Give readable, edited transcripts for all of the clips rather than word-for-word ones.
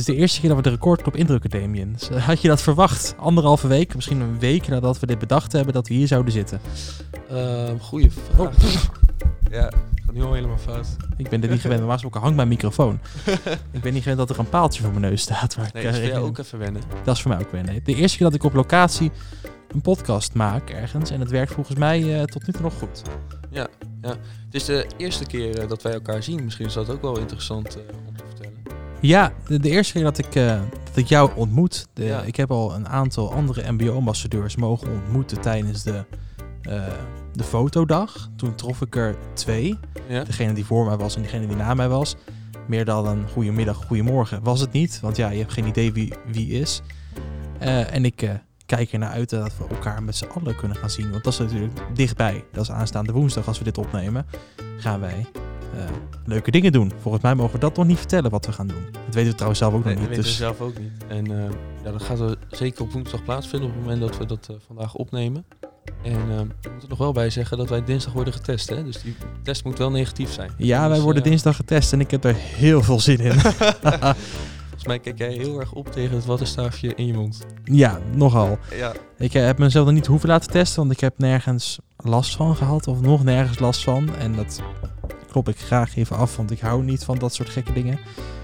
de eerste keer dat we de recordknop indrukken, Damien. Dus, had je dat verwacht? 1,5 week, misschien een week nadat we dit bedacht hebben, dat we hier zouden zitten? Goeie vraag. Ja, gaat nu al helemaal fout. Ik ben dit niet gewend. Normaal gesproken hangt mijn microfoon. Ik ben niet gewend dat er een paaltje voor mijn neus staat. Nee, dat is voor jou ook even wennen. Dat is voor mij ook wennen. De eerste keer dat ik op locatie een podcast maak ergens. En het werkt volgens mij tot nu toe nog goed. Ja. Het is de eerste keer dat wij elkaar zien. Misschien is dat ook wel interessant om te vertellen. Ja, de eerste keer dat ik jou ontmoet. Ja. Ik heb al een aantal andere MBO-ambassadeurs mogen ontmoeten tijdens de fotodag. Toen trof ik er 2. Ja. Degene die voor mij was en degene die na mij was. Meer dan een goedemiddag, goedemorgen was het niet. Want ja, je hebt geen idee wie is. En ik kijk er naar uit dat we elkaar met z'n allen kunnen gaan zien. Want dat is natuurlijk dichtbij. Dat is aanstaande woensdag als we dit opnemen. Gaan wij leuke dingen doen. Volgens mij mogen we dat nog niet vertellen wat we gaan doen. Dat weten we trouwens zelf ook nog niet. Dat weten we zelf ook niet. En dat gaat er zeker op woensdag plaatsvinden op het moment dat we dat vandaag opnemen. En ik moet er nog wel bij zeggen dat wij dinsdag worden getest. Hè? Dus die test moet wel negatief zijn. Ja, dus, wij worden dinsdag getest en ik heb er heel veel zin in. Volgens mij kijk jij heel erg op tegen het wattenstaafje in je mond. Ja, nogal. Ja. Ik heb mezelf nog niet hoeven laten testen, want ik heb nergens last van gehad of nog nergens last van. En dat klop ik graag even af, want ik hou niet van dat soort gekke dingen.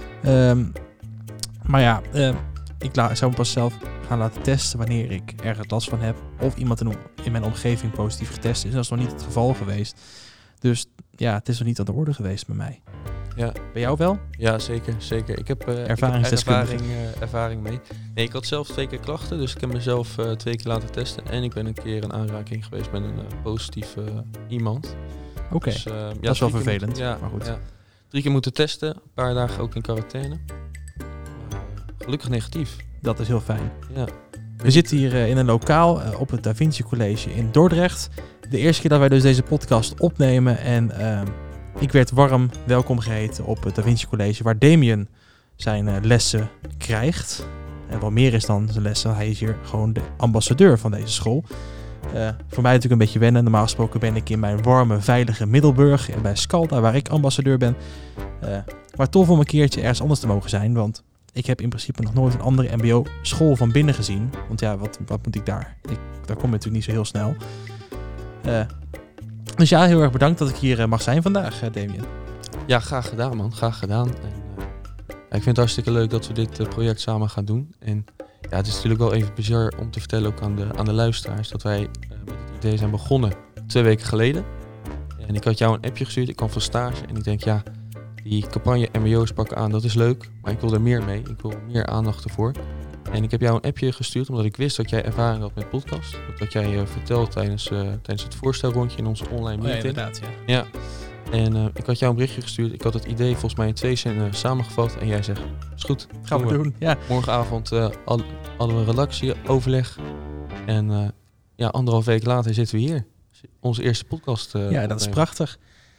Maar ja, ik zou me pas zelf gaan laten testen wanneer ik ergens last van heb. Of iemand in mijn omgeving positief getest is. Dat is nog niet het geval geweest. Dus ja, het is nog niet aan de orde geweest bij mij. Ja. Bij jou wel? Ja, zeker. Ik heb ervaring mee. Nee, ik had zelf 2 keer klachten, dus ik heb mezelf 2 keer laten testen. En ik ben een keer in aanraking geweest met een positief iemand. Oké, Dus, dat is wel vervelend. Maar goed. Ja. 3 keer moeten testen, een paar dagen ook in quarantaine. Gelukkig negatief. Dat is heel fijn. Ja. We zitten hier in een lokaal op het Da Vinci College in Dordrecht. De eerste keer dat wij dus deze podcast opnemen. En ik werd warm welkom geheten op het Da Vinci College, waar Damien zijn lessen krijgt. En wat meer is dan zijn lessen. Hij is hier gewoon de ambassadeur van deze school. Voor mij natuurlijk een beetje wennen. Normaal gesproken ben ik in mijn warme, veilige Middelburg. En bij Scalda, waar ik ambassadeur ben. Maar tof om een keertje ergens anders te mogen zijn. Want ik heb in principe nog nooit een andere mbo-school van binnen gezien. Want ja, wat moet ik daar? Daar kom je natuurlijk niet zo heel snel. Dus ja, heel erg bedankt dat ik hier mag zijn vandaag, Damien. Ja, graag gedaan, man. Graag gedaan. En, ik vind het hartstikke leuk dat we dit project samen gaan doen. En ja, het is natuurlijk wel even bizar om te vertellen ook aan de luisteraars dat wij met het idee zijn begonnen 2 weken geleden. En ik had jou een appje gestuurd. Ik kwam van stage en ik denk, ja, die campagne MBO's pakken aan, dat is leuk. Maar ik wil er meer mee. Ik wil meer aandacht ervoor. En ik heb jou een appje gestuurd omdat ik wist dat jij ervaring had met podcast. Dat jij vertelde tijdens het voorstelrondje in onze online meeting. Ja, inderdaad, ja. Ja. En ik had jou een berichtje gestuurd. Ik had het idee volgens mij in 2 zinnen samengevat. En jij zegt, is goed. Gaan we doen. Ja. Morgenavond hadden we een redactieoverleg. En 1,5 week later zitten we hier. Onze eerste podcast. Ja, dat is prachtig.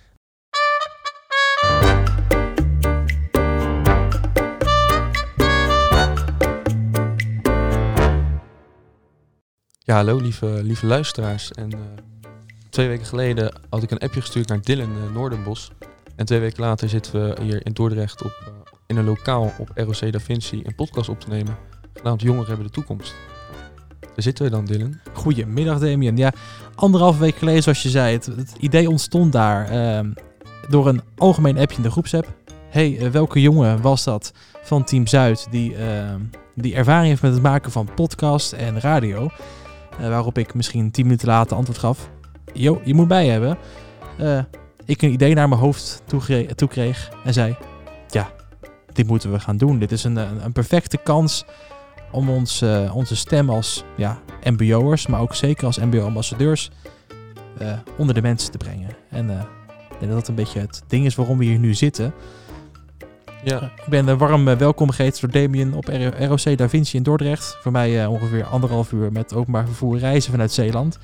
Ja, hallo lieve luisteraars. En 2 weken geleden had ik een appje gestuurd naar Dylan Noordenbos. En 2 weken later zitten we hier in Dordrecht in een lokaal op ROC Da Vinci een podcast op te nemen. Genaamd Jongeren hebben de toekomst. Daar zitten we dan, Dylan. Goedemiddag, Damien. Ja, 1,5 week geleden, zoals je zei, het idee ontstond daar door een algemeen appje in de groepsapp. Hey, welke jongen was dat van Team Zuid die ervaring heeft met het maken van podcast en radio? Waarop ik misschien 10 minuten later antwoord gaf. Yo, je moet bij hebben. Ik een idee naar mijn hoofd toe kreeg en zei, ja, dit moeten we gaan doen. Dit is een perfecte kans om onze stem als mbo'ers, maar ook zeker als mbo-ambassadeurs onder de mensen te brengen. En ik denk dat dat een beetje het ding is waarom we hier nu zitten. Ja. Ik ben warm welkom geheten door Damien op ROC Da Vinci in Dordrecht. Voor mij ongeveer 1,5 uur met openbaar vervoer reizen vanuit Zeeland.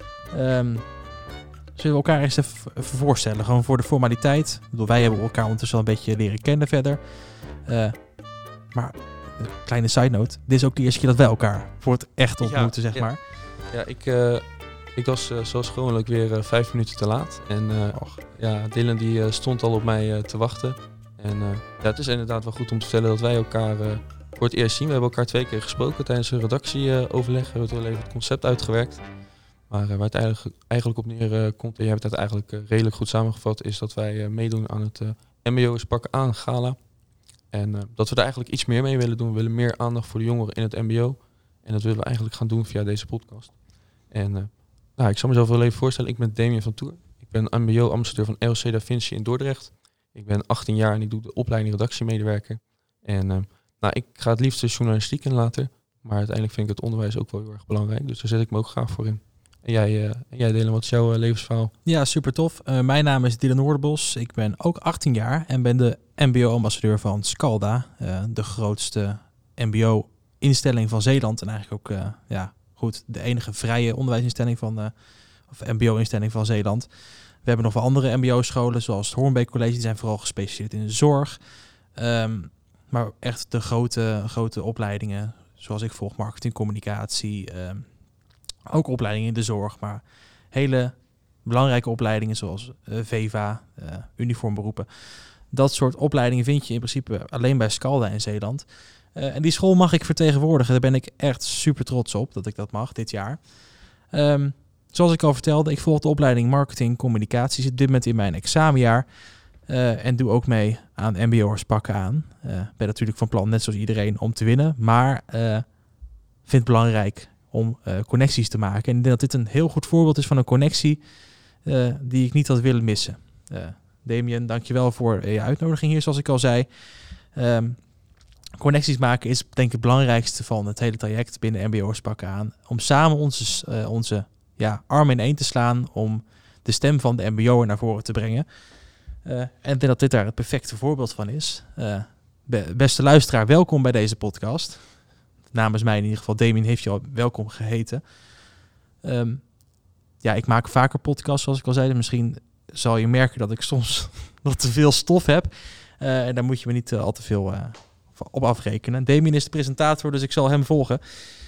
Zullen we elkaar eens even voorstellen, gewoon voor de formaliteit. Ik bedoel, wij hebben elkaar ondertussen al een beetje leren kennen verder. Maar, een kleine side note, dit is ook de eerste keer dat wij elkaar voor het echt ontmoeten, zeg maar. Ja, ik was zoals gewoonlijk weer 5 minuten te laat. En Dylan die stond al op mij te wachten. En het is inderdaad wel goed om te vertellen dat wij elkaar voor het eerst zien. We hebben elkaar 2 keer gesproken tijdens een redactieoverleg. We hebben heel even het concept uitgewerkt. Maar waar het eigenlijk op neer komt, en jij hebt het eigenlijk redelijk goed samengevat, is dat wij meedoen aan het MBO is pakken aan gala. En dat we er eigenlijk iets meer mee willen doen. We willen meer aandacht voor de jongeren in het MBO. En dat willen we eigenlijk gaan doen via deze podcast. En ik zal mezelf wel even voorstellen. Ik ben Damien van Toer. Ik ben MBO-ambassadeur van LC Da Vinci in Dordrecht. Ik ben 18 jaar en ik doe de opleiding redactiemedewerker. En ik ga het liefst de journalistiek in later. Maar uiteindelijk vind ik het onderwijs ook wel heel erg belangrijk. Dus daar zet ik me ook graag voor in. En jij Dylan, wat is jouw levensverhaal? Ja, super tof. Mijn naam is Dylan Noorderbos. Ik ben ook 18 jaar en ben de MBO-ambassadeur van Scalda. De grootste MBO-instelling van Zeeland. En eigenlijk ook de enige vrije onderwijsinstelling of MBO-instelling van Zeeland. We hebben nog wel andere MBO-scholen, zoals het Hoornbeek College. Die zijn vooral gespecialiseerd in de zorg. Maar echt de grote opleidingen, zoals ik volg, marketing, communicatie. Ook opleidingen in de zorg, maar hele belangrijke opleidingen zoals VEVA, uniformberoepen. Dat soort opleidingen vind je in principe alleen bij Scalda in Zeeland. En die school mag ik vertegenwoordigen. Daar ben ik echt super trots op dat ik dat mag dit jaar. Zoals ik al vertelde, ik volg de opleiding marketing, communicatie. Zit dit moment in mijn examenjaar. En doe ook mee aan MBO'ers pakken aan. Ben natuurlijk van plan, net zoals iedereen, om te winnen. Maar vind het belangrijk om connecties te maken. En ik denk dat dit een heel goed voorbeeld is van een connectie die ik niet had willen missen. Damien, dankjewel voor je uitnodiging hier, zoals ik al zei. Connecties maken is denk ik het belangrijkste van het hele traject binnen MBO'ers pakken aan. Om samen onze armen in één te slaan om de stem van de MBO'er naar voren te brengen. En ik denk dat dit daar het perfecte voorbeeld van is. Beste luisteraar, welkom bij deze podcast. Namens mij in ieder geval, Damien heeft je al welkom geheten. Ik maak vaker podcasts, zoals ik al zei. Misschien zal je merken dat ik soms nog te veel stof heb. En daar moet je me niet al te veel op afrekenen. Damien is de presentator, dus ik zal hem volgen.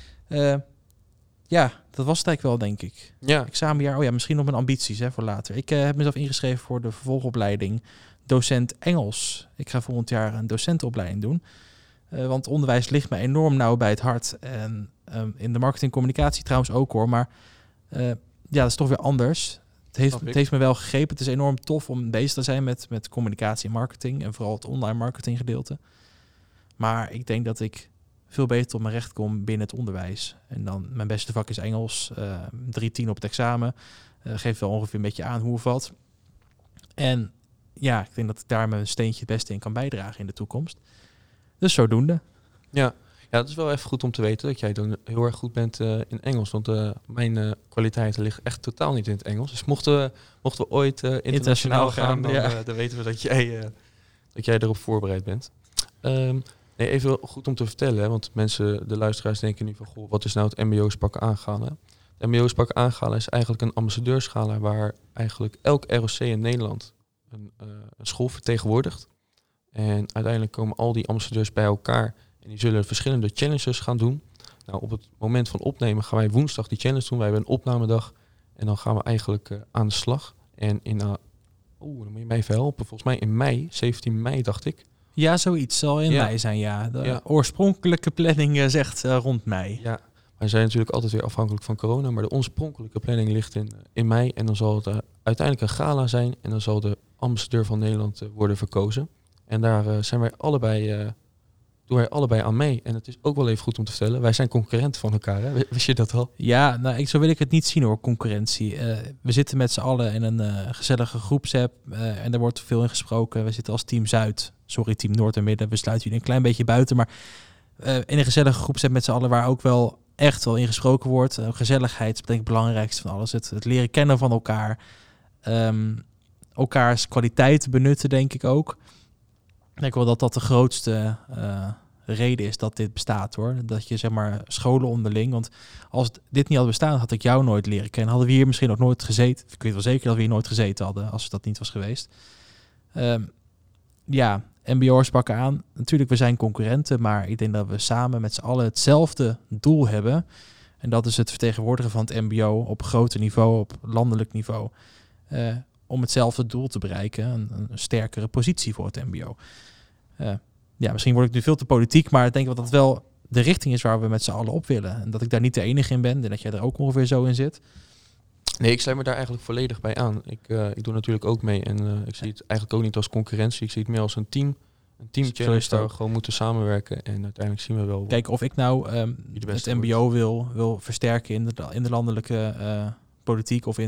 Dat was het eigenlijk wel, denk ik. Ja. Examenjaar, misschien nog mijn ambities voor later. Ik heb mezelf ingeschreven voor de vervolgopleiding docent Engels. Ik ga volgend jaar een docentenopleiding doen. Want onderwijs ligt me enorm nauw bij het hart. En in de marketing communicatie trouwens ook hoor. Maar dat is toch weer anders. Het heeft me wel gegrepen. Het is enorm tof om bezig te zijn met communicatie en marketing. En vooral het online marketing gedeelte. Maar ik denk dat ik veel beter op mijn recht kom binnen het onderwijs. En dan, mijn beste vak is Engels. 3-10 op het examen. Geeft wel ongeveer een beetje aan hoe het valt. En ik denk dat ik daar mijn steentje het beste in kan bijdragen in de toekomst. Dus zodoende. Ja, het is wel even goed om te weten dat jij dan heel erg goed bent in Engels. Want mijn kwaliteiten liggen echt totaal niet in het Engels. Dus mochten we ooit internationaal gaan, dan weten we dat jij erop voorbereid bent. Even goed om te vertellen, hè, want de luisteraars denken nu van, goh, wat is nou het MBO's pakken aangala? De MBO's pakken aangala is eigenlijk een ambassadeurschala waar eigenlijk elk ROC in Nederland een school vertegenwoordigt. En uiteindelijk komen al die ambassadeurs bij elkaar en die zullen verschillende challenges gaan doen. Nou, op het moment van opnemen gaan wij woensdag die challenge doen. Wij hebben een opnamedag en dan gaan we eigenlijk aan de slag. En dan moet je mij even helpen. Volgens mij in mei, 17 mei dacht ik. Ja, zoiets zal in mei zijn, ja. De oorspronkelijke planning zegt rond mei. Ja, wij zijn natuurlijk altijd weer afhankelijk van corona, maar de oorspronkelijke planning ligt in mei. En dan zal het uiteindelijk een gala zijn en dan zal de ambassadeur van Nederland worden verkozen. En daar doen wij allebei aan mee. En het is ook wel even goed om te vertellen, wij zijn concurrenten van elkaar. Hè? Wist je dat al? Ja, zo wil ik het niet zien hoor, concurrentie. We zitten met z'n allen in een gezellige groepsapp en er wordt veel in gesproken. We zitten als Team Zuid, Team Noord en Midden. We sluiten jullie een klein beetje buiten, maar in een gezellige groepsapp met z'n allen waar ook wel echt wel in gesproken wordt. Gezelligheid is denk ik het belangrijkste van alles. Het leren kennen van elkaar. Elkaars kwaliteiten benutten, denk ik ook. Ik denk wel dat de grootste reden is dat dit bestaat hoor. Dat je zeg maar scholen onderling. Want als dit niet had bestaan, had ik jou nooit leren kennen. Hadden we hier misschien ook nooit gezeten. Ik weet wel zeker dat we hier nooit gezeten hadden als dat niet was geweest. MBO'ers pakken aan. Natuurlijk, we zijn concurrenten, maar ik denk dat we samen met z'n allen hetzelfde doel hebben. En dat is het vertegenwoordigen van het MBO op groter niveau, op landelijk niveau. om hetzelfde doel te bereiken. Een sterkere positie voor het mbo. Misschien word ik nu veel te politiek, maar ik denk dat dat wel de richting is waar we met z'n allen op willen. En dat ik daar niet de enige in ben en dat jij er ook ongeveer zo in zit. Nee, ik sluit me daar eigenlijk volledig bij aan. Ik doe natuurlijk ook mee en ik zie het eigenlijk ook niet als concurrentie. Ik zie het meer als een team. Een teamchallenge waar we gewoon moeten samenwerken. En uiteindelijk zien we wel... Kijken of ik nou het mbo wil versterken in de landelijke politiek of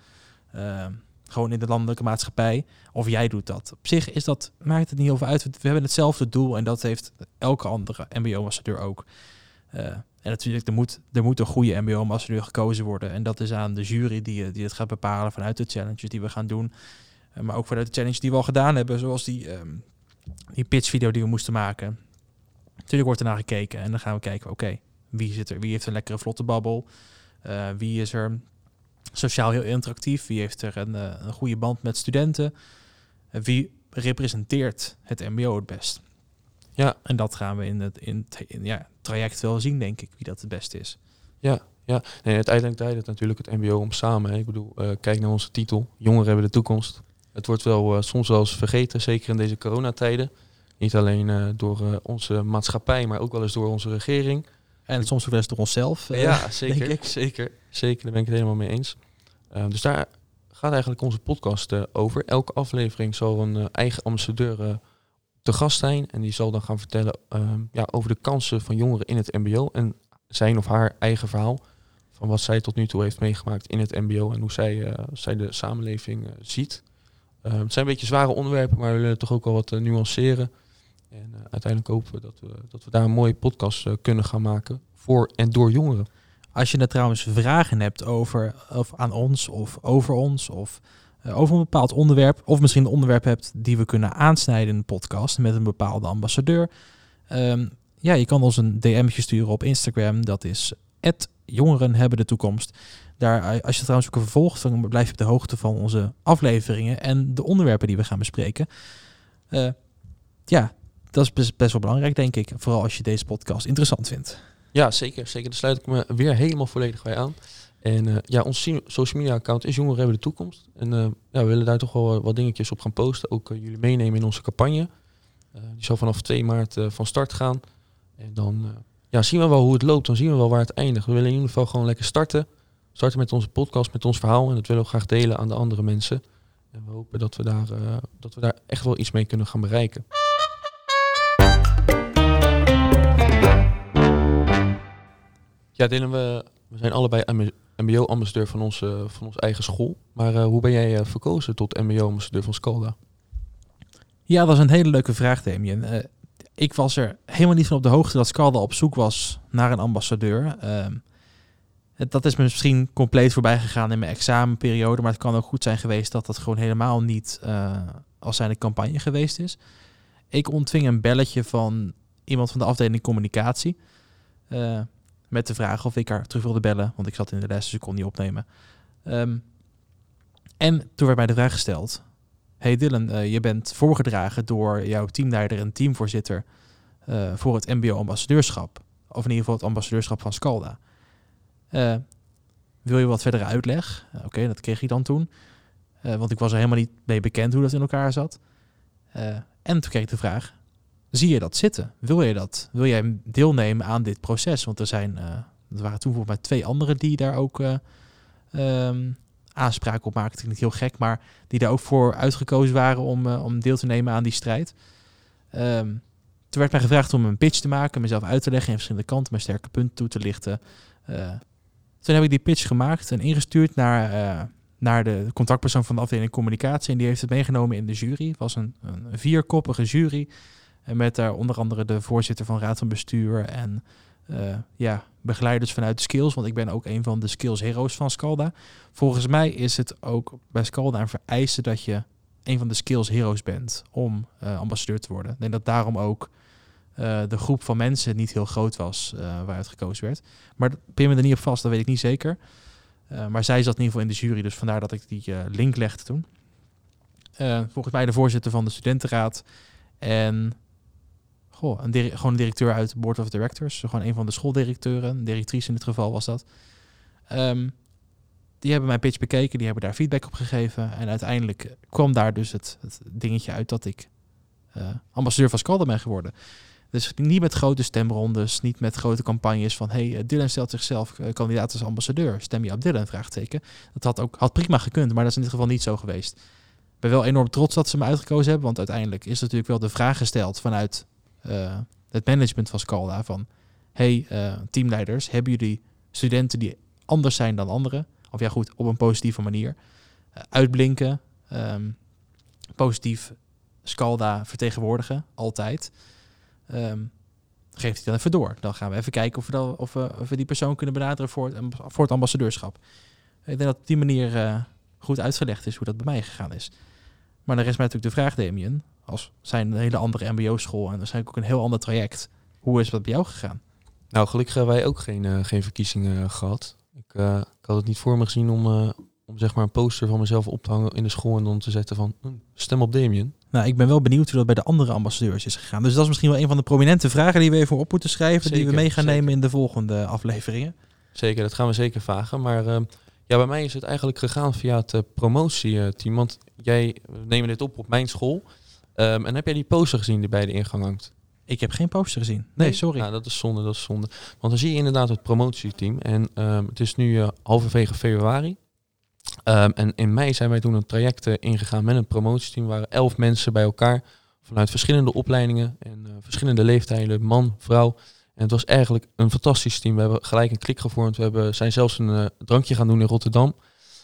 gewoon in de landelijke maatschappij. Of jij doet dat. Op zich maakt het niet heel veel uit. We hebben hetzelfde doel en dat heeft elke andere mbo-ambassadeur ook. En natuurlijk, er moet een goede mbo-ambassadeur gekozen worden. En dat is aan de jury die het gaat bepalen vanuit de challenges die we gaan doen. Maar ook vanuit de challenge die we al gedaan hebben. Zoals die pitchvideo die we moesten maken. Natuurlijk wordt er naar gekeken. En dan gaan we kijken, oké, wie heeft een lekkere vlotte babbel? Wie is er sociaal heel interactief? Wie heeft er een goede band met studenten? Wie representeert het mbo het best? Ja. En dat gaan we in het traject wel zien, denk ik, wie dat het beste is. Ja. Nee, uiteindelijk draait het natuurlijk het mbo om samen. Hè. Ik bedoel, kijk naar onze titel. Jongeren hebben de toekomst. Het wordt wel soms wel eens vergeten, zeker in deze coronatijden. Niet alleen door onze maatschappij, maar ook wel eens door onze regering. En soms ook wel eens door onszelf. Ja, zeker, denk ik. Zeker. Daar ben ik het helemaal mee eens. Dus daar gaat eigenlijk onze podcast over. Elke aflevering zal een eigen ambassadeur te gast zijn. En die zal dan gaan vertellen over de kansen van jongeren in het mbo. En zijn of haar eigen verhaal van wat zij tot nu toe heeft meegemaakt in het mbo. En hoe zij de samenleving ziet. Het zijn een beetje zware onderwerpen, maar we willen toch ook wel wat nuanceren. En uiteindelijk hopen we dat we daar een mooie podcast kunnen gaan maken voor en door jongeren. Als je er trouwens vragen hebt over aan ons of over een bepaald onderwerp, of misschien een onderwerp hebt die we kunnen aansnijden in een podcast met een bepaalde ambassadeur. Je kan ons een DM'tje sturen op Instagram. Dat is @jongerenhebbenDeToekomst. Daar, als je trouwens ook vervolgt, dan blijf je op de hoogte van onze afleveringen en de onderwerpen die we gaan bespreken. Dat is best wel belangrijk, denk ik. Vooral als je deze podcast interessant vindt. Ja, zeker. Daar sluit ik me weer helemaal volledig bij aan. En ons social media account is Jongeren Hebben de Toekomst. En we willen daar toch wel wat dingetjes op gaan posten. Ook jullie meenemen in onze campagne. Die zal vanaf 2 maart van start gaan. En dan zien we wel hoe het loopt. Dan zien we wel waar het eindigt. We willen in ieder geval gewoon lekker starten. Starten met onze podcast, met ons verhaal. En dat willen we graag delen aan de andere mensen. En we hopen dat we daar echt wel iets mee kunnen gaan bereiken. Ja, Dylan, we zijn allebei mbo-ambassadeur van onze eigen school. Maar hoe ben jij verkozen tot mbo-ambassadeur van Scalda? Ja, dat is een hele leuke vraag, Damien. Ik was er helemaal niet van op de hoogte dat Scalda op zoek was naar een ambassadeur. Dat is me misschien compleet voorbij gegaan in mijn examenperiode. Maar het kan ook goed zijn geweest dat dat gewoon helemaal niet als zijnde campagne geweest is. Ik ontving een belletje van iemand van de afdeling communicatie. Met de vraag of ik haar terug wilde bellen. Want ik zat in de les, dus ik kon niet opnemen. En toen werd mij de vraag gesteld. Hey Dylan, je bent voorgedragen door jouw teamleider en teamvoorzitter voor het mbo-ambassadeurschap. Of in ieder geval het ambassadeurschap van Scalda. Wil je wat verdere uitleg? Oké, dat kreeg ik dan toen. Want ik was er helemaal niet mee bekend hoe dat in elkaar zat. En toen kreeg ik de vraag. Zie je dat zitten? Wil je dat? Wil jij deelnemen aan dit proces? Want er waren toen volgens mij 2 anderen die daar ook aanspraak op maakten. Klinkt heel gek, maar die daar ook voor uitgekozen waren om deel te nemen aan die strijd. Toen werd mij gevraagd om een pitch te maken, mezelf uit te leggen in verschillende kanten, mijn sterke punten toe te lichten. Toen heb ik die pitch gemaakt en ingestuurd naar de contactpersoon van de afdeling communicatie. En die heeft het meegenomen in de jury. Het was een 4-koppige jury. En met daar onder andere de voorzitter van Raad van Bestuur en begeleiders vanuit de skills. Want ik ben ook een van de skills heroes van Scalda. Volgens mij is het ook bij Scalda een vereiste dat je een van de skills heroes bent om ambassadeur te worden. Ik denk dat daarom ook de groep van mensen niet heel groot was waaruit gekozen werd. Maar pin me er niet op vast, dat weet ik niet zeker. Maar zij zat in ieder geval in de jury, dus vandaar dat ik die link legde toen. Volgens mij de voorzitter van de studentenraad en gewoon een directeur uit de Board of Directors. Gewoon een van de schooldirecteuren, een directrice in dit geval was dat. die hebben mijn pitch bekeken, die hebben daar feedback op gegeven. En uiteindelijk kwam daar dus het dingetje uit dat ik ambassadeur van Scalda ben geworden. Dus niet met grote stemrondes, niet met grote campagnes van Dylan stelt zichzelf kandidaat als ambassadeur. Stem je op Dylan? Vraagteken. Dat had prima gekund, maar dat is in dit geval niet zo geweest. Ik ben wel enorm trots dat ze me uitgekozen hebben, want uiteindelijk is natuurlijk wel de vraag gesteld vanuit het management van Scalda van teamleiders, hebben jullie studenten die anders zijn dan anderen? Of ja goed, op een positieve manier. Uitblinken, positief Scalda vertegenwoordigen, altijd. Geeft hij dan even door. Dan gaan we even kijken of we die persoon kunnen benaderen voor het ambassadeurschap. Ik denk dat op die manier goed uitgelegd is hoe dat bij mij gegaan is. Maar dan rest mij natuurlijk de vraag, Damien, als zijn een hele andere mbo-school en waarschijnlijk ook een heel ander traject. Hoe is dat bij jou gegaan? Nou, gelukkig hebben wij ook geen verkiezingen gehad. Ik had het niet voor me gezien om zeg maar een poster van mezelf op te hangen in de school en dan te zetten van stem op Damien. Nou, ik ben wel benieuwd hoe dat bij de andere ambassadeurs is gegaan. Dus dat is misschien wel een van de prominente vragen die we even op moeten schrijven, zeker, die we mee gaan nemen in de volgende afleveringen. Zeker, dat gaan we zeker vragen. Maar bij mij is het eigenlijk gegaan via het promotieteam. Want we nemen dit op mijn school. En heb jij die poster gezien die bij de ingang hangt? Ik heb geen poster gezien. Nee, sorry. Nou, dat is zonde. Want dan zie je inderdaad het promotieteam. En het is nu halverwege februari. En in mei zijn wij toen een traject ingegaan met een promotieteam. Er waren 11 mensen bij elkaar vanuit verschillende opleidingen en verschillende leeftijden, man, vrouw. En het was eigenlijk een fantastisch team. We hebben gelijk een klik gevormd. Zijn zelfs een drankje gaan doen in Rotterdam.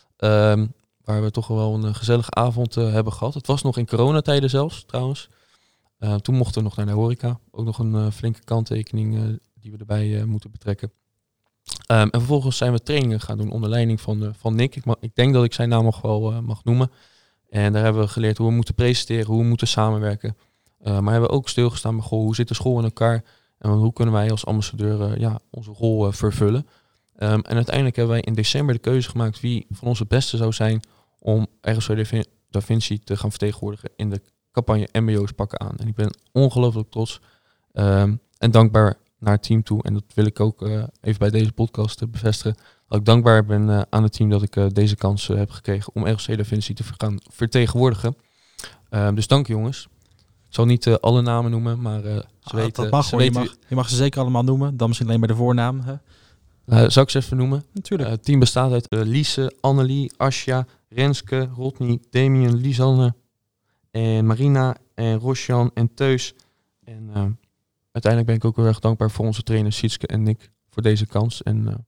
Waar we toch wel een gezellige avond hebben gehad. Het was nog in coronatijden zelfs, trouwens. Toen mochten we nog naar de horeca. Ook nog een flinke kanttekening die we erbij moeten betrekken. En vervolgens zijn we trainingen gaan doen onder leiding van Nick. Ik denk dat ik zijn naam nog wel mag noemen. En daar hebben we geleerd hoe we moeten presenteren, hoe we moeten samenwerken. Maar hebben we ook stilgestaan bij hoe zit de school in elkaar en hoe kunnen wij als ambassadeur onze rol vervullen. En uiteindelijk hebben wij in december de keuze gemaakt wie van ons het beste zou zijn om RSO Da Vinci te gaan vertegenwoordigen in de campagne MBO's pakken aan. En ik ben ongelooflijk trots en dankbaar naar het team toe. En dat wil ik ook even bij deze podcast bevestigen. Dat ik dankbaar ben aan het team dat ik deze kans heb gekregen om RSO Da Vinci te gaan vertegenwoordigen. Dus dank jongens. Ik zal niet alle namen noemen, maar ze weten... Dat mag ze hoor, weten je mag ze zeker allemaal noemen. Dan misschien alleen maar de voornaam. Hè? Zal ik ze even noemen? Natuurlijk. Het team bestaat uit Lise, Annelie, Asja, Renske, Rodney, Damien, Lisanne en Marina en Rosjan en Teus. En uiteindelijk ben ik ook heel erg dankbaar voor onze trainers Sietske en Nick voor deze kans. En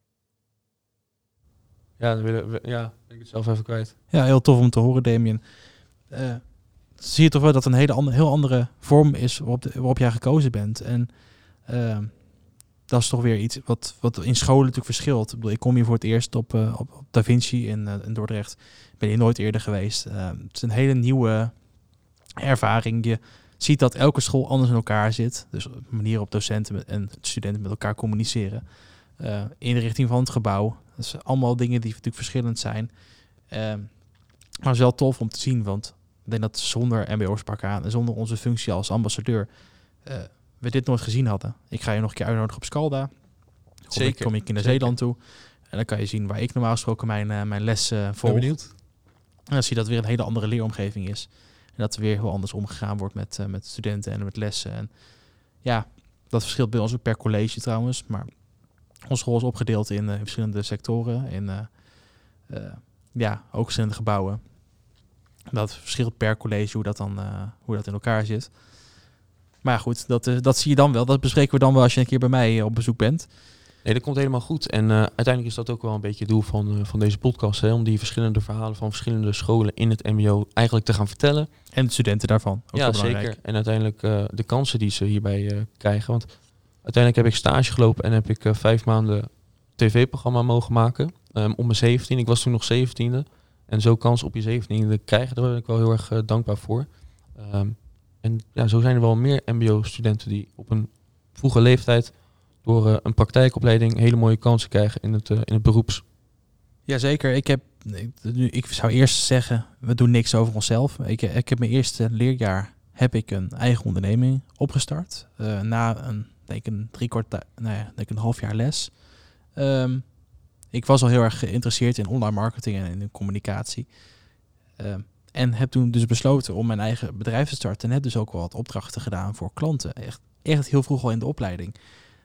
dan ben ik het zelf even kwijt. Ja, heel tof om te horen, Damien. Zie je toch wel dat een heel andere vorm is waarop jij gekozen bent. En dat is toch weer iets wat in scholen natuurlijk verschilt. Ik bedoel, ik kom hier voor het eerst op Da Vinci in Dordrecht. Ik ben hier nooit eerder geweest. Het is een hele nieuwe ervaring. Je ziet dat elke school anders in elkaar zit. Dus op manier op docenten en studenten met elkaar communiceren. In de richting van het gebouw. Dat zijn allemaal dingen die natuurlijk verschillend zijn. Maar het is wel tof om te zien, want ik denk dat zonder MBO's pakken aan en zonder onze functie als ambassadeur we dit nooit gezien hadden. Ik ga je nog een keer uitnodigen op Scalda. Zeker. Kom ik in Zeeland toe. En dan kan je zien waar ik normaal gesproken mijn les volg. Ben benieuwd. En dan zie je dat weer een hele andere leeromgeving is. En dat er weer heel anders omgegaan wordt met studenten en met lessen. En ja, dat verschilt bij ons ook per college trouwens. Maar onze school is opgedeeld in verschillende sectoren. Ook verschillende gebouwen. Dat verschilt per college hoe dat in elkaar zit. Maar goed, dat zie je dan wel. Dat bespreken we dan wel als je een keer bij mij op bezoek bent. Nee, dat komt helemaal goed. En uiteindelijk is dat ook wel een beetje het doel van deze podcast. Hè, om die verschillende verhalen van verschillende scholen in het mbo eigenlijk te gaan vertellen. En de studenten daarvan. Ook ja, zeker. En uiteindelijk de kansen die ze hierbij krijgen. Want uiteindelijk heb ik stage gelopen en heb ik 5 maanden tv-programma mogen maken. Op mijn 17e. Ik was toen nog 17e. En zo kans op je 17e krijgen, daar ben ik wel heel erg dankbaar voor. En zo zijn er wel meer mbo-studenten die op een vroege leeftijd door een praktijkopleiding hele mooie kansen krijgen in het beroeps. Jazeker. Ik zou eerst zeggen, we doen niks over onszelf. Ik heb mijn eerste leerjaar een eigen onderneming opgestart. Na een half jaar les. Ik was al heel erg geïnteresseerd in online marketing en in communicatie. En heb toen dus besloten om mijn eigen bedrijf te starten. En heb dus ook wel wat opdrachten gedaan voor klanten. Echt heel vroeg al in de opleiding.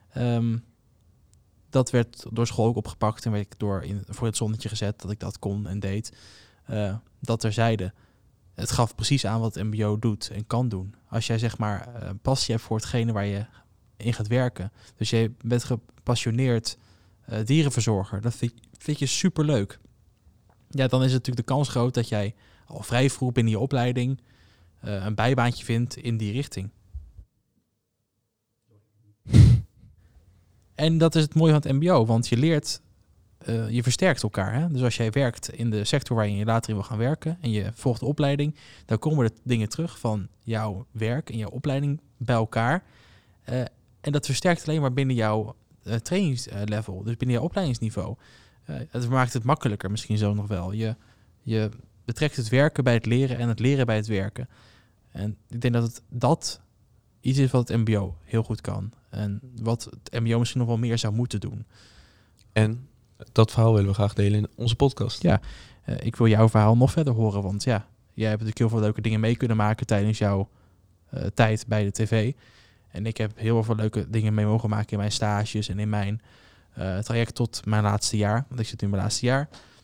Dat werd door school ook opgepakt en werd ik voor het zonnetje gezet dat ik dat kon en deed. Dat terzijde. Het gaf precies aan wat het mbo doet en kan doen. Als jij zeg maar passie hebt voor hetgene waar je in gaat werken. Dus je bent gepassioneerd dierenverzorger. Dat vind je superleuk. Ja, dan is het natuurlijk de kans groot dat jij al vrij vroeg binnen je opleiding een bijbaantje vindt in die richting. En dat is het mooie van het mbo, want je leert, je versterkt elkaar. Hè? Dus als jij werkt in de sector waar je later in wil gaan werken en je volgt de opleiding, dan komen er dingen terug van jouw werk en jouw opleiding bij elkaar. En dat versterkt alleen maar binnen jouw trainingslevel, dus binnen jouw opleidingsniveau. Het maakt het makkelijker misschien zo nog wel. Je betrekt het werken bij het leren en het leren bij het werken. En ik denk dat dat iets is wat het mbo heel goed kan. En wat het mbo misschien nog wel meer zou moeten doen. En dat verhaal willen we graag delen in onze podcast. Ja, ik wil jouw verhaal nog verder horen. Want ja, jij hebt natuurlijk heel veel leuke dingen mee kunnen maken tijdens jouw tijd bij de tv. En ik heb heel veel leuke dingen mee mogen maken in mijn stages en in mijn traject tot mijn laatste jaar. Want ik zit nu in mijn laatste jaar.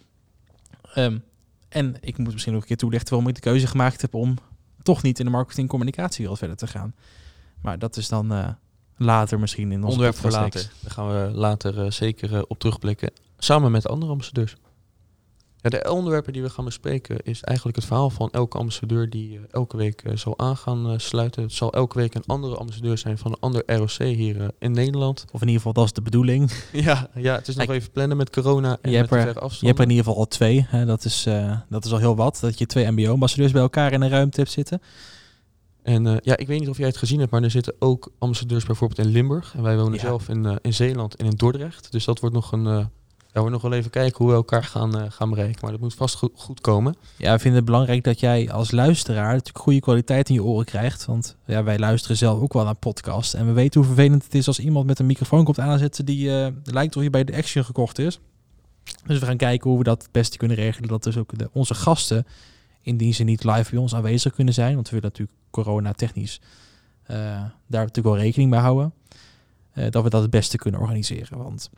En ik moet misschien nog een keer toelichten waarom ik de keuze gemaakt heb om toch niet in de marketing communicatiewereld verder te gaan. Maar dat is dan later misschien in onze onderwerp voor podcast. later. Daar gaan we later zeker op terugblikken. Samen met andere ambassadeurs. Ja, de onderwerpen die we gaan bespreken is eigenlijk het verhaal van elke ambassadeur die elke week zal aan gaan sluiten. Het zal elke week een andere ambassadeur zijn van een ander ROC hier in Nederland. Of in ieder geval, dat is de bedoeling. Ja, het is nog even plannen met corona en met de verre afstand. Je hebt er in ieder geval al 2. Hè? Dat is al heel wat. Dat je 2 mbo-ambassadeurs bij elkaar in een ruimte hebt zitten. En ik weet niet of jij het gezien hebt, maar er zitten ook ambassadeurs bijvoorbeeld in Limburg. En wij wonen zelf in Zeeland en in Dordrecht. Dus dat wordt nog we nog wel even kijken hoe we elkaar gaan bereiken. Maar dat moet vast goed komen. Ja, we vinden het belangrijk dat jij als luisteraar natuurlijk goede kwaliteit in je oren krijgt. Want ja, wij luisteren zelf ook wel naar podcasts. En we weten hoe vervelend het is als iemand met een microfoon komt aanzetten die lijkt of je bij de Action gekocht is. Dus we gaan kijken hoe we dat het beste kunnen regelen. Dat dus ook onze gasten, indien ze niet live bij ons aanwezig kunnen zijn. Want we willen natuurlijk corona-technisch daar natuurlijk wel rekening mee houden. Dat we dat het beste kunnen organiseren. Want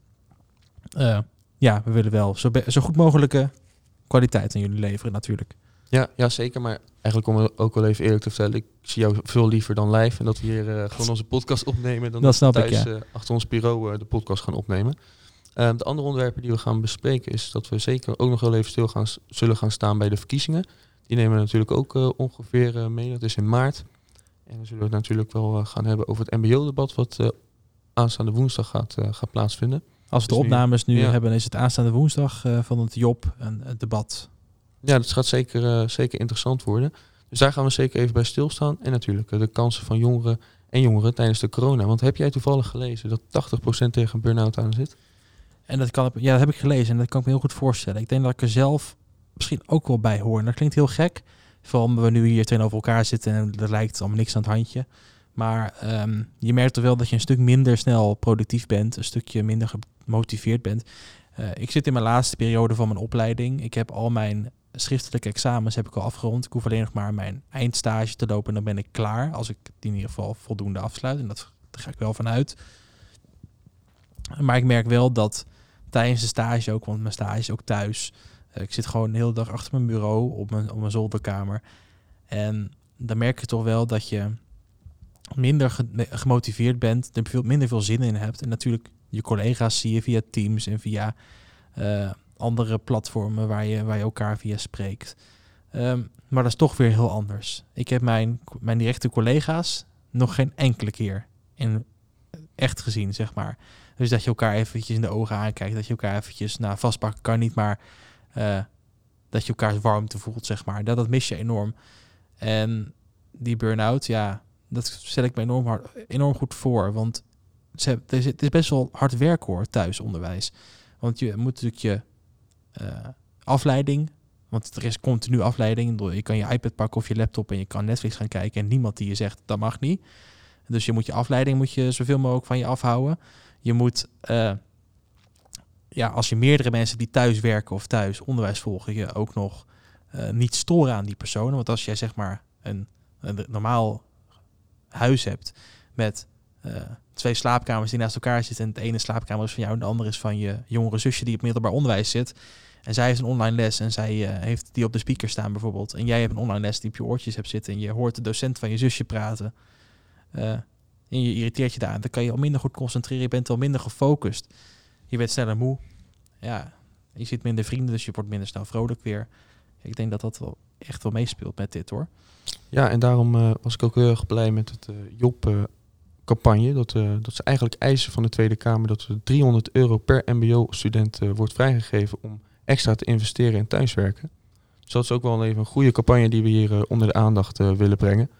we willen wel zo goed mogelijke kwaliteit aan jullie leveren natuurlijk. Ja, zeker. Maar eigenlijk om ook wel even eerlijk te vertellen, ik zie jou veel liever dan live. En dat we hier gewoon onze podcast opnemen. Dan dat we thuis achter ons bureau de podcast gaan opnemen. De andere onderwerpen die we gaan bespreken is dat we zeker ook nog wel even zullen gaan staan bij de verkiezingen. Die nemen we natuurlijk ook ongeveer mee. Dat is in maart. En we zullen het natuurlijk wel gaan hebben over het mbo-debat wat aanstaande woensdag gaat plaatsvinden. Als we de opnames nu hebben, is het aanstaande woensdag van het Job het debat. Ja, dat gaat zeker interessant worden. Dus daar gaan we zeker even bij stilstaan. En natuurlijk de kansen van jongeren tijdens de corona. Want heb jij toevallig gelezen dat 80% tegen burn-out aan zit? En dat heb ik gelezen en dat kan ik me heel goed voorstellen. Ik denk dat ik er zelf misschien ook wel bij hoor. En dat klinkt heel gek. Vooral omdat we nu hier tegenover elkaar zitten en er lijkt allemaal niks aan het handje. Maar je merkt toch wel dat je een stuk minder snel productief bent. Een stukje minder gemotiveerd bent. Ik zit in mijn laatste periode van mijn opleiding. Ik heb al mijn schriftelijke examens heb ik al afgerond. Ik hoef alleen nog maar mijn eindstage te lopen en dan ben ik klaar. Als ik die in ieder geval voldoende afsluit. En daar ga ik wel vanuit. Maar ik merk wel dat tijdens de stage ook, want mijn stage is ook thuis. Ik zit gewoon de hele dag achter mijn bureau op mijn zolderkamer. En dan merk je toch wel dat je minder gemotiveerd bent, er minder veel zin in hebt. En natuurlijk je collega's zie je via Teams en via andere platformen waar je elkaar via spreekt. Maar dat is toch weer heel anders. Ik heb mijn directe collega's nog geen enkele keer in echt gezien, zeg maar. Dus dat je elkaar eventjes in de ogen aankijkt, dat je elkaar eventjes vastpakken kan niet, maar dat je elkaars warmte voelt, zeg maar. Dat mis je enorm. En die burn-out, ja, dat stel ik me enorm goed voor. Want het is best wel hard werken hoor, thuisonderwijs. Want je moet natuurlijk je afleiding, want er is continu afleiding. Je kan je iPad pakken of je laptop en je kan Netflix gaan kijken. En niemand die je zegt, dat mag niet. Dus je afleiding zoveel mogelijk van je afhouden. Je moet als je meerdere mensen die thuis werken of thuis onderwijs volgen, je ook nog niet storen aan die personen. Want als jij zeg maar een normaal huis hebt met 2 slaapkamers die naast elkaar zitten en de ene slaapkamer is van jou en de andere is van je jongere zusje die op middelbaar onderwijs zit. En zij heeft een online les en zij heeft die op de speaker staan bijvoorbeeld. En jij hebt een online les die op je oortjes hebt zitten en je hoort de docent van je zusje praten. En je irriteert je daar. Dan kan je al minder goed concentreren. Je bent al minder gefocust. Je bent sneller moe. Ja, je ziet minder vrienden, dus je wordt minder snel vrolijk weer. Ik denk dat dat wel echt wel meespeelt met dit, hoor. Ja, en daarom was ik ook heel erg blij met het Job-campagne. Dat ze eigenlijk eisen van de Tweede Kamer dat er €300 per mbo-student wordt vrijgegeven om extra te investeren in thuiswerken. Dus dat is ook wel even een goede campagne die we hier onder de aandacht willen brengen.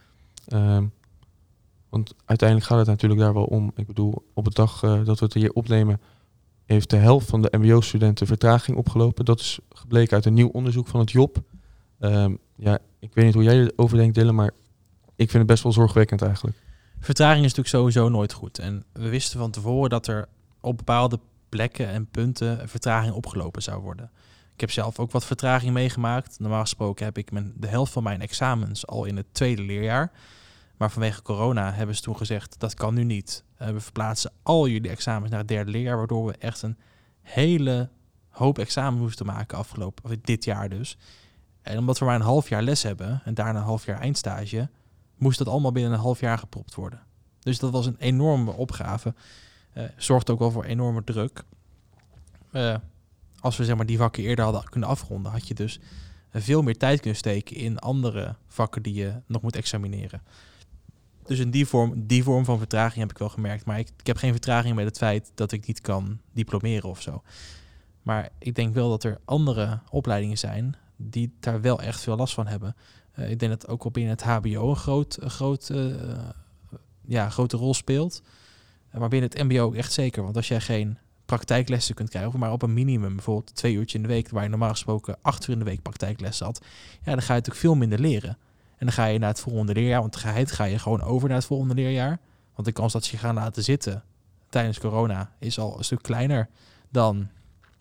Want uiteindelijk gaat het natuurlijk daar wel om. Ik bedoel, op de dag dat we het hier opnemen, heeft de helft van de mbo-studenten vertraging opgelopen. Dat is gebleken uit een nieuw onderzoek van het Job. Ik weet niet hoe jij erover denkt, Dylan, maar ik vind het best wel zorgwekkend eigenlijk. Vertraging is natuurlijk sowieso nooit goed. En we wisten van tevoren dat er op bepaalde plekken en punten vertraging opgelopen zou worden. Ik heb zelf ook wat vertraging meegemaakt. Normaal gesproken heb ik de helft van mijn examens al in het 2e leerjaar. Maar vanwege corona hebben ze toen gezegd, dat kan nu niet. We verplaatsen al jullie examens naar het 3e leerjaar, waardoor we echt een hele hoop examen moesten maken dit jaar dus. En omdat we maar een half jaar les hebben en daarna een half jaar eindstage, moest dat allemaal binnen een half jaar gepropt worden. Dus dat was een enorme opgave. Zorgt ook wel voor enorme druk. Als we zeg maar die vakken eerder hadden kunnen afronden, had je dus veel meer tijd kunnen steken in andere vakken die je nog moet examineren. Dus in die vorm van vertraging heb ik wel gemerkt. Maar ik heb geen vertraging met het feit dat ik niet kan diplomeren of zo. Maar ik denk wel dat er andere opleidingen zijn die daar wel echt veel last van hebben. Ik denk dat ook al binnen het hbo een grote rol speelt. Maar binnen het mbo ook echt zeker. Want als jij geen praktijklessen kunt krijgen, of maar op een minimum, bijvoorbeeld 2 uurtjes in de week, waar je normaal gesproken 8 uur in de week praktijklessen had, ja, dan ga je natuurlijk veel minder leren. En dan ga je naar het volgende leerjaar, want ga je gewoon over naar het volgende leerjaar. Want de kans dat ze je gaan laten zitten tijdens corona is al een stuk kleiner dan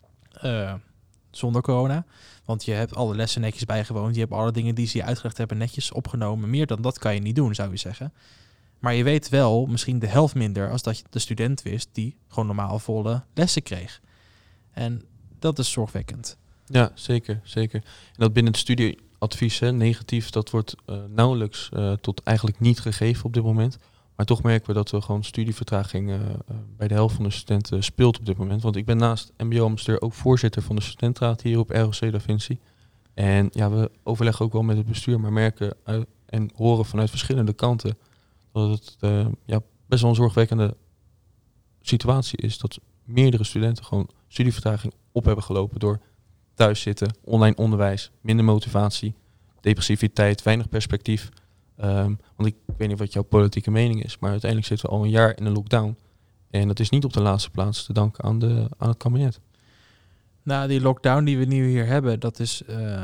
zonder corona. Want je hebt alle lessen netjes bijgewoond. Je hebt alle dingen die ze je uitgelegd hebben netjes opgenomen. Meer dan dat kan je niet doen, zou je zeggen. Maar je weet wel misschien de helft minder als dat je de student wist die gewoon normaal volle lessen kreeg. En dat is zorgwekkend. Ja, zeker. En dat binnen het studieadvies, negatief, dat wordt nauwelijks tot eigenlijk niet gegeven op dit moment. Maar toch merken we dat we gewoon studievertraging bij de helft van de studenten speelt op dit moment. Want ik ben naast mbo-ambassadeur ook voorzitter van de studentenraad hier op ROC Da Vinci. En ja, we overleggen ook wel met het bestuur, maar merken en horen vanuit verschillende kanten dat het best wel een zorgwekkende situatie is. Dat meerdere studenten gewoon studievertraging op hebben gelopen door thuis zitten, online onderwijs, minder motivatie, depressiviteit, weinig perspectief. Want ik weet niet wat jouw politieke mening is, maar uiteindelijk zitten we al een jaar in een lockdown. En dat is niet op de laatste plaats te danken aan het kabinet. Nou, die lockdown die we nu hier hebben, dat is...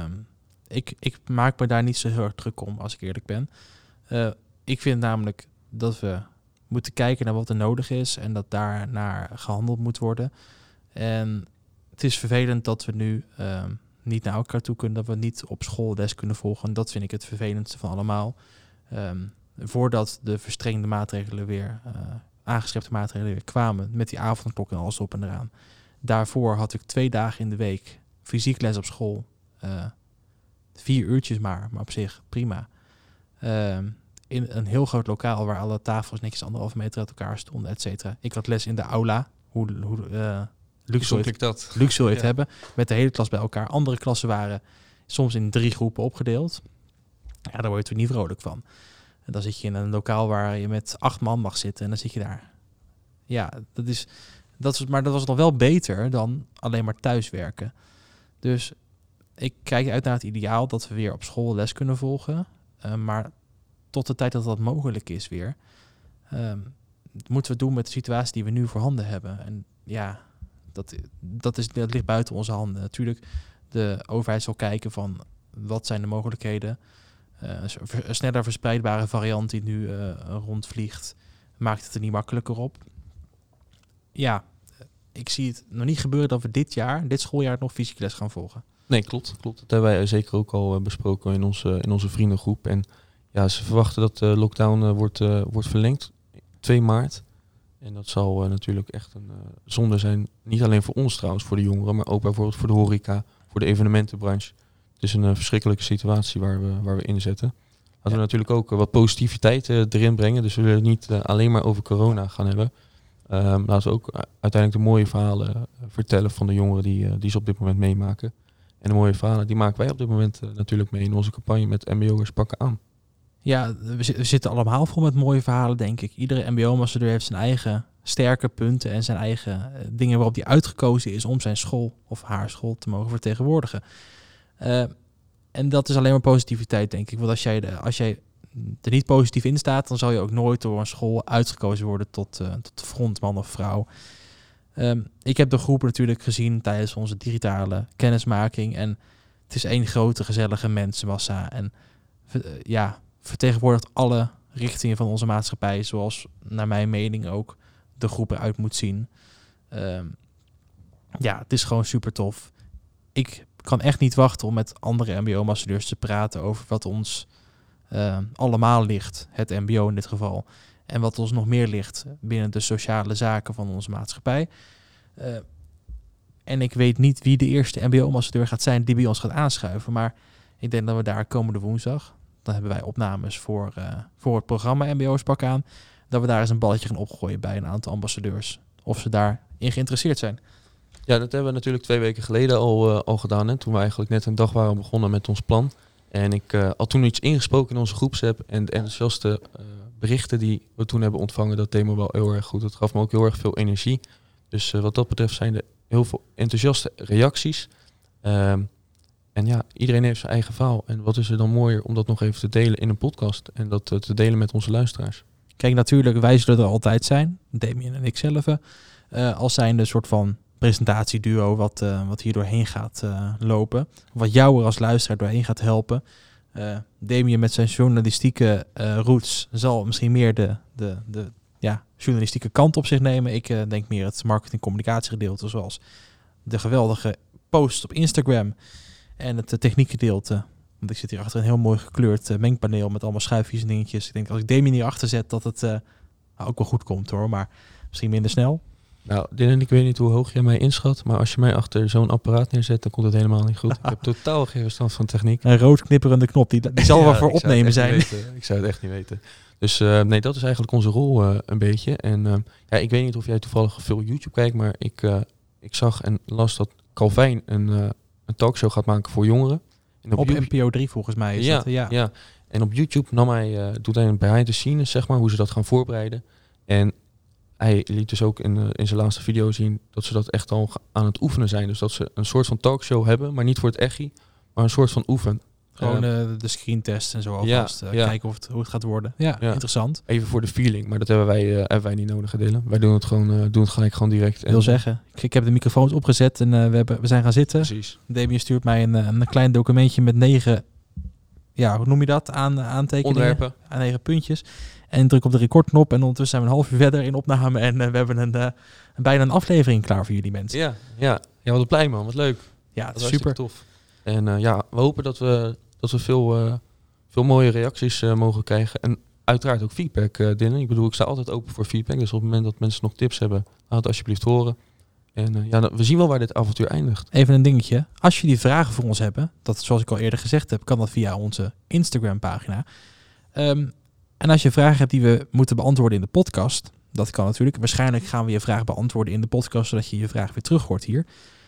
Ik maak me daar niet zo heel erg druk om, als ik eerlijk ben. Ik vind namelijk dat we moeten kijken naar wat er nodig is en dat daar naar gehandeld moet worden. En het is vervelend dat we nu niet naar elkaar toe kunnen, dat we niet op school les kunnen volgen. En dat vind ik het vervelendste van allemaal. Voordat de verstrengende maatregelen weer, aangescherpte maatregelen weer kwamen, met die avondklok en alles op en eraan. Daarvoor had ik 2 dagen in de week fysiek les op school. 4 uurtjes maar op zich prima. In een heel groot lokaal waar alle tafels netjes 1,5 meter uit elkaar stonden, et cetera. Ik had les in de aula. Hoe luxe wil je het hebben. Met de hele klas bij elkaar. Andere klassen waren soms in 3 groepen opgedeeld. Ja, daar word je er niet vrolijk van. En dan zit je in een lokaal waar je met 8 man mag zitten en dan zit je daar. Ja, maar dat was nog wel beter dan alleen maar thuiswerken. Dus ik kijk uit naar het ideaal dat we weer op school les kunnen volgen. Maar tot de tijd dat dat mogelijk is weer, moeten we het doen met de situatie die we nu voorhanden hebben. En ja, dat ligt buiten onze handen. Natuurlijk, de overheid zal kijken van wat zijn de mogelijkheden. Een sneller verspreidbare variant die nu rondvliegt, maakt het er niet makkelijker op. Ja, ik zie het nog niet gebeuren dat we dit schooljaar nog fysieke les gaan volgen. Nee, klopt. Dat hebben wij zeker ook al besproken in onze vriendengroep. En ja, ze verwachten dat de lockdown wordt verlengd. 2 maart. En dat zal natuurlijk echt een zonde zijn. Niet alleen voor ons trouwens, voor de jongeren, maar ook bijvoorbeeld voor de horeca, voor de evenementenbranche. Het is een verschrikkelijke situatie waar we in zitten. Laten we natuurlijk ook wat positiviteit erin brengen. Dus we willen het niet alleen maar over corona gaan hebben. Laten we ook uiteindelijk de mooie verhalen vertellen van de jongeren die ze op dit moment meemaken. En de mooie verhalen die maken wij op dit moment natuurlijk mee in onze campagne met MBO'ers pakken aan. Ja, we zitten allemaal vol met mooie verhalen, denk ik. Iedere MBO-ambassadeur heeft zijn eigen sterke punten en zijn eigen dingen waarop hij uitgekozen is om zijn school of haar school te mogen vertegenwoordigen. En dat is alleen maar positiviteit, denk ik. Want als jij er niet positief in staat, dan zal je ook nooit door een school uitgekozen worden tot frontman of vrouw. Ik heb de groep natuurlijk gezien tijdens onze digitale kennismaking. En het is één grote gezellige mensenmassa. En vertegenwoordigt alle richtingen van onze maatschappij, zoals naar mijn mening ook de groep eruit moet zien. Het is gewoon super tof. Ik kan echt niet wachten om met andere mbo-ambassadeurs te praten over wat ons allemaal ligt, het mbo in dit geval, en wat ons nog meer ligt binnen de sociale zaken van onze maatschappij. En ik weet niet wie de eerste mbo-ambassadeur gaat zijn die bij ons gaat aanschuiven, maar ik denk dat we daar komende woensdag, dan hebben wij opnames voor het programma MBO's Pak aan, dat we daar eens een balletje gaan opgooien bij een aantal ambassadeurs, of ze daarin geïnteresseerd zijn. Ja, dat hebben we natuurlijk 2 weken geleden al gedaan. Hè, toen we eigenlijk net een dag waren begonnen met ons plan. En ik had toen iets ingesproken in onze groepsapp. En de enthousiaste berichten die we toen hebben ontvangen, dat deed me wel heel erg goed. Dat gaf me ook heel erg veel energie. Dus wat dat betreft zijn er heel veel enthousiaste reacties. En ja, iedereen heeft zijn eigen verhaal. En wat is er dan mooier om dat nog even te delen in een podcast. En dat te delen met onze luisteraars. Kijk, natuurlijk, wij zullen er altijd zijn. Damien en ik zelf. Als zijn de soort van presentatieduo wat hier doorheen gaat lopen. Wat jou er als luisteraar doorheen gaat helpen. Damien met zijn journalistieke roots zal misschien meer de journalistieke kant op zich nemen. Ik denk meer het marketing-communicatiegedeelte, zoals de geweldige post op Instagram en het techniekgedeelte. Want ik zit hier achter een heel mooi gekleurd mengpaneel met allemaal schuifjes en dingetjes. Ik denk als ik Damien hierachter zet dat het ook wel goed komt hoor, maar misschien minder snel. Nou, Dylan, ik weet niet hoe hoog jij mij inschat, maar als je mij achter zo'n apparaat neerzet, dan komt het helemaal niet goed. Ik heb totaal geen verstand van techniek. Een rood knipperende knop, die zal wel voor opnemen zijn. Ik zou het echt niet weten. Dus nee, dat is eigenlijk onze rol een beetje. En ik weet niet of jij toevallig veel YouTube kijkt, maar ik zag en las dat Calvijn een talkshow gaat maken voor jongeren. En op NPO 3 volgens mij is dat. Ja. En op YouTube doet hij een behind the scenes, zeg maar, hoe ze dat gaan voorbereiden. En hij liet dus ook in zijn laatste video zien dat ze dat echt al aan het oefenen zijn. Dus dat ze een soort van talkshow hebben, maar niet voor het echi, maar een soort van oefen. Gewoon de screentest en zo alvast. Kijken hoe het gaat worden. Ja, interessant. Even voor de feeling, maar dat hebben wij niet nodig gedelen. Wij doen het gelijk gewoon direct. Ik wil zeggen, ik heb de microfoons opgezet en we zijn gaan zitten. Precies. Damien stuurt mij een klein documentje met 9, hoe noem je dat? Aantekeningen. Onderwerpen. 9 puntjes. En druk op de recordknop en ondertussen zijn we een half uur verder in opname. En we hebben bijna een aflevering klaar voor jullie mensen. Ja, wat een blij man, wat leuk. Ja, het is super tof. En we hopen dat we veel mooie reacties mogen krijgen. En uiteraard ook feedback, Dylan. Ik bedoel, ik sta altijd open voor feedback. Dus op het moment dat mensen nog tips hebben, laat het alsjeblieft horen. En we zien wel waar dit avontuur eindigt. Even een dingetje. Als jullie vragen voor ons hebben, dat zoals ik al eerder gezegd heb, kan dat via onze Instagram pagina. En als je vragen hebt die we moeten beantwoorden in de podcast, dat kan natuurlijk. Waarschijnlijk gaan we je vraag beantwoorden in de podcast, zodat je je vraag weer terug hoort hier.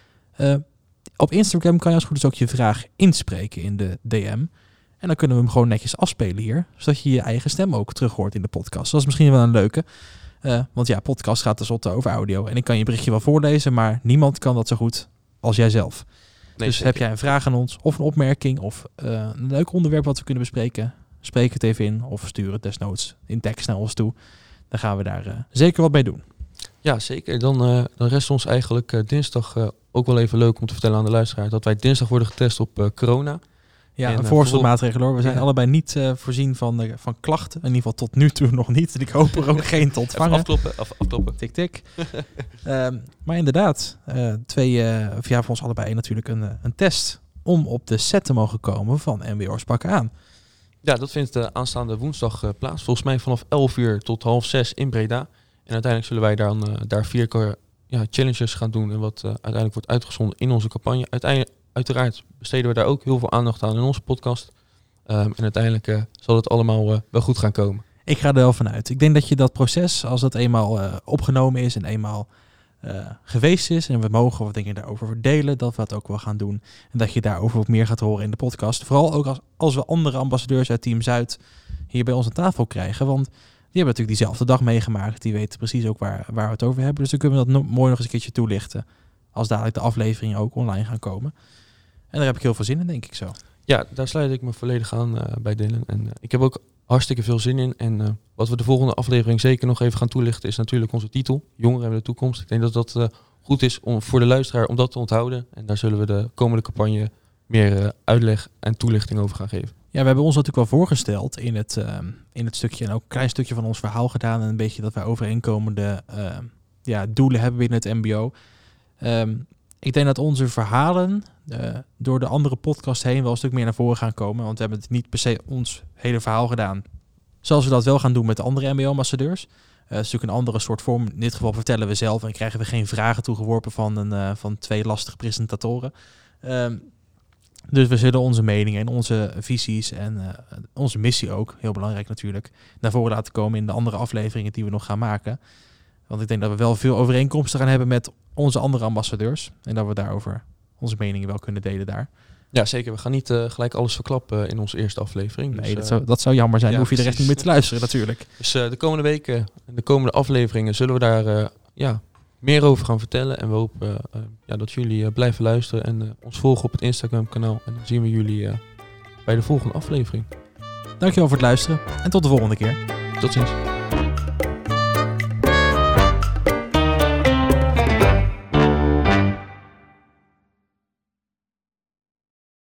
Op Instagram kan je als het goed is ook je vraag inspreken in de DM. En dan kunnen we hem gewoon netjes afspelen hier, zodat je je eigen stem ook terug hoort in de podcast. Dat is misschien wel een leuke. Want ja, podcast gaat tenslotte over audio. En ik kan je berichtje wel voorlezen, maar niemand kan dat zo goed als jijzelf. Nee, dus zeker. Heb jij een vraag aan ons, of een opmerking, of een leuk onderwerp wat we kunnen bespreken, spreek het even in of stuur het desnoods in tekst naar ons toe. Dan gaan we daar zeker wat mee doen. Ja, zeker. Dan rest ons eigenlijk dinsdag ook wel even leuk om te vertellen aan de luisteraar dat wij dinsdag worden getest op corona. Ja, En, een voorstelmaatregel hoor. We zijn ja. allebei niet voorzien van klachten. In ieder geval tot nu toe nog niet. En ik hoop er ook geen te Even ontvangen. afkloppen. Tik, tik. Maar inderdaad, voor ons allebei natuurlijk een test om op de set te mogen komen van MBO's Pakken Aan. Ja, dat vindt aanstaande woensdag plaats. Volgens mij vanaf 11 uur tot 5:30 in Breda. En uiteindelijk zullen wij daar 4 keer challenges gaan doen. En wat uiteindelijk wordt uitgezonden in onze campagne. Uiteraard besteden we daar ook heel veel aandacht aan in onze podcast. En uiteindelijk zal het allemaal wel goed gaan komen. Ik ga er wel vanuit. Ik denk dat je dat proces, als dat eenmaal opgenomen is en eenmaal geweest is en we mogen wat dingen daarover delen, dat we dat ook wel gaan doen. En dat je daarover ook meer gaat horen in de podcast. Vooral ook als we andere ambassadeurs uit Team Zuid hier bij ons aan tafel krijgen. Want die hebben natuurlijk diezelfde dag meegemaakt. Die weten precies ook waar we het over hebben. Dus dan kunnen we dat mooi nog eens een keertje toelichten. Als dadelijk de afleveringen ook online gaan komen. En daar heb ik heel veel zin in, denk ik zo. Ja, daar sluit ik me volledig aan bij Dylan. En ik heb ook hartstikke veel zin in. En wat we de volgende aflevering zeker nog even gaan toelichten is natuurlijk onze titel. Jongeren hebben de toekomst. Ik denk dat dat goed is voor de luisteraar om dat te onthouden. En daar zullen we de komende campagne meer uitleg en toelichting over gaan geven. Ja, we hebben ons natuurlijk wel voorgesteld in het stukje en ook een klein stukje van ons verhaal gedaan. En een beetje dat wij overeenkomende doelen hebben binnen het MBO. Ik denk dat onze verhalen door de andere podcast heen wel een stuk meer naar voren gaan komen. Want we hebben het niet per se ons hele verhaal gedaan. Zoals we dat wel gaan doen met de andere MBO-ambassadeurs. Het is natuurlijk een andere soort vorm. In dit geval vertellen we zelf en krijgen we geen vragen toegeworpen van 2 lastige presentatoren. Dus we zullen onze meningen en onze visies en onze missie ook, heel belangrijk natuurlijk, naar voren laten komen in de andere afleveringen die we nog gaan maken. Want ik denk dat we wel veel overeenkomsten gaan hebben met onze andere ambassadeurs. En dat we daarover onze meningen wel kunnen delen daar. Ja, zeker. We gaan niet gelijk alles verklappen in onze eerste aflevering. Nee, Dus, dat zou jammer zijn. ja, Dan hoef je de rest niet meer te luisteren natuurlijk. Dus de komende weken en de komende afleveringen zullen we daar meer over gaan vertellen. En we hopen dat jullie blijven luisteren en ons volgen op het Instagram kanaal. En dan zien we jullie bij de volgende aflevering. Dankjewel voor het luisteren en tot de volgende keer. Tot ziens.